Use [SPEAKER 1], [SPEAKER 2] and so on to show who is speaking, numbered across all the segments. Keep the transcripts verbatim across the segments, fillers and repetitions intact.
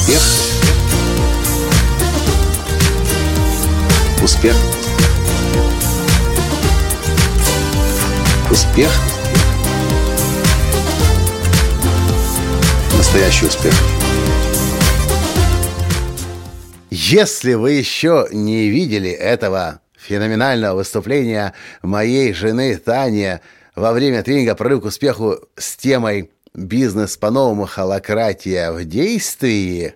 [SPEAKER 1] Успех. Успех. Успех. Настоящий успех. Если вы еще не видели этого феноменального выступления моей жены Тани во время тренинга «Прорыв к успеху» с темой «Бизнес по-новому. Холакратия в действии»,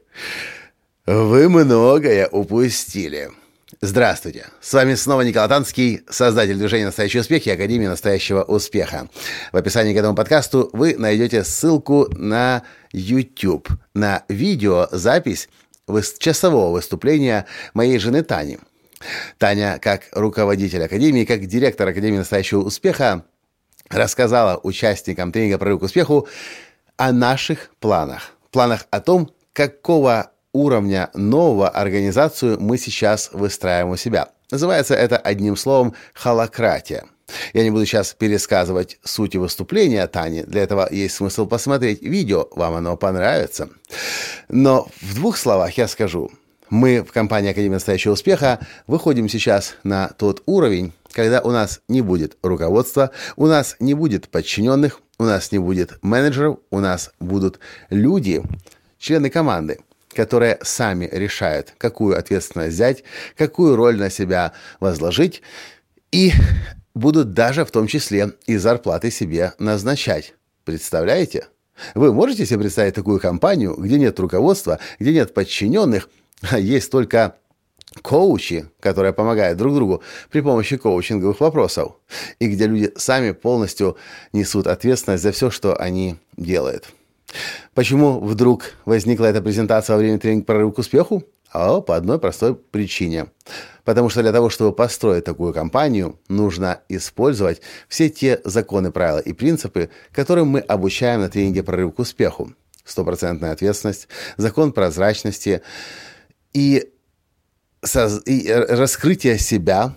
[SPEAKER 1] вы многое упустили. Здравствуйте! С вами снова Николай Латанский, создатель движения «Настоящий успех» и Академии настоящего успеха. В описании к этому подкасту вы найдете ссылку на YouTube, на видеозапись часового выступления моей жены Тани. Таня, как руководитель Академии, как директор Академии настоящего успеха, рассказала участникам тренинга «Прорыв к успеху» о наших планах. Планах о том, какого уровня нового организацию мы сейчас выстраиваем у себя. Называется это одним словом «холакратия». Я не буду сейчас пересказывать суть выступления Тани. Для этого есть смысл посмотреть видео, вам оно понравится. Но в двух словах я скажу. Мы в компании Академия настоящего успеха выходим сейчас на тот уровень, когда у нас не будет руководства, у нас не будет подчиненных, у нас не будет менеджеров, у нас будут люди, члены команды, которые сами решают, какую ответственность взять, какую роль на себя возложить, и будут даже в том числе и зарплаты себе назначать. Представляете? Вы можете себе представить такую компанию, где нет руководства, где нет подчиненных, а есть только коучи, которые помогают друг другу при помощи коучинговых вопросов, и где люди сами полностью несут ответственность за все, что они делают. Почему вдруг возникла эта презентация во время тренинга «Прорыв к успеху»? А по одной простой причине. Потому что для того, чтобы построить такую компанию, нужно использовать все те законы, правила и принципы, которым мы обучаем на тренинге «Прорыв к успеху». Стопроцентная ответственность, закон прозрачности и, соз... и раскрытие себя,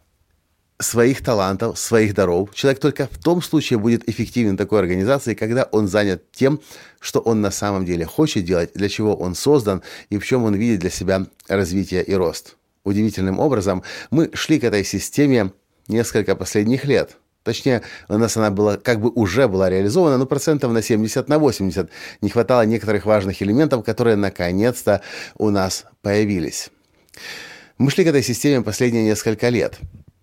[SPEAKER 1] своих талантов, своих даров. Человек только в том случае будет эффективен в такой организации, когда он занят тем, что он на самом деле хочет делать, для чего он создан и в чем он видит для себя развитие и рост. Удивительным образом мы шли к этой системе несколько последних лет. Точнее, у нас она была, как бы уже была реализована, но процентов на семьдесят, на восемьдесят. Не хватало некоторых важных элементов, которые наконец-то у нас появились. Мы шли к этой системе последние несколько лет.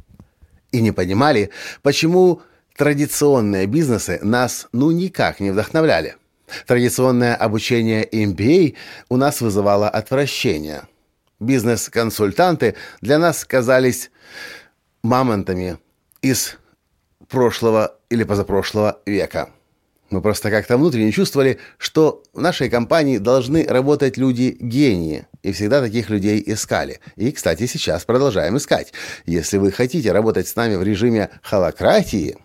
[SPEAKER 1] И не понимали, почему традиционные бизнесы нас ну никак не вдохновляли. Традиционное обучение эм би эй у нас вызывало отвращение. Бизнес-консультанты для нас казались мамонтами из прошлого или позапрошлого века. Мы просто как-то внутренне чувствовали, что в нашей компании должны работать люди-гении, и всегда таких людей искали. И, кстати, сейчас продолжаем искать. Если вы хотите работать с нами в режиме холакратии,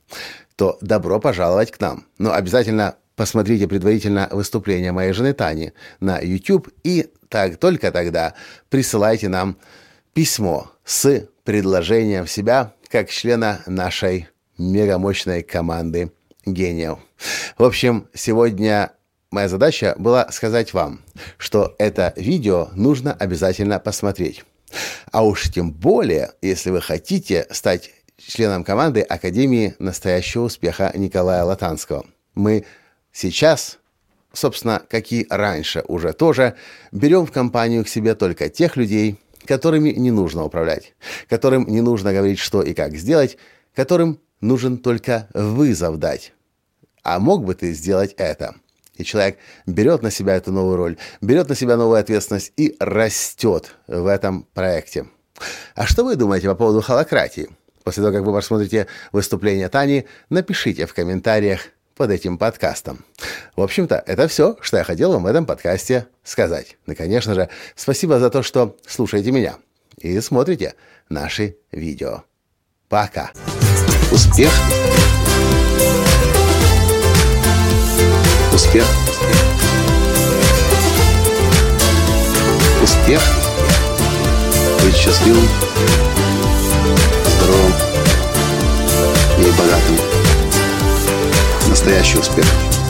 [SPEAKER 1] то добро пожаловать к нам. Но обязательно посмотрите предварительно выступление моей жены Тани на YouTube, и так, только тогда присылайте нам письмо с предложением себя как члена нашей мегамощной команды гениев. В общем, сегодня моя задача была сказать вам, что это видео нужно обязательно посмотреть. А уж тем более, если вы хотите стать членом команды Академии настоящего успеха Николая Латанского. Мы сейчас, собственно, как и раньше уже тоже, берем в компанию к себе только тех людей, которыми не нужно управлять, которым не нужно говорить, что и как сделать, которым нужен только вызов дать. А мог бы ты сделать это? И человек берет на себя эту новую роль, берет на себя новую ответственность и растет в этом проекте. А что вы думаете по поводу холакратии? После того, как вы посмотрите выступление Тани, напишите в комментариях под этим подкастом. В общем-то, это все, что я хотел вам в этом подкасте сказать. Ну, конечно же, спасибо за то, что слушаете меня и смотрите наши видео. Пока! Успех! Успех! Успех! Быть счастливым, здоровым и богатым. Настоящий успех!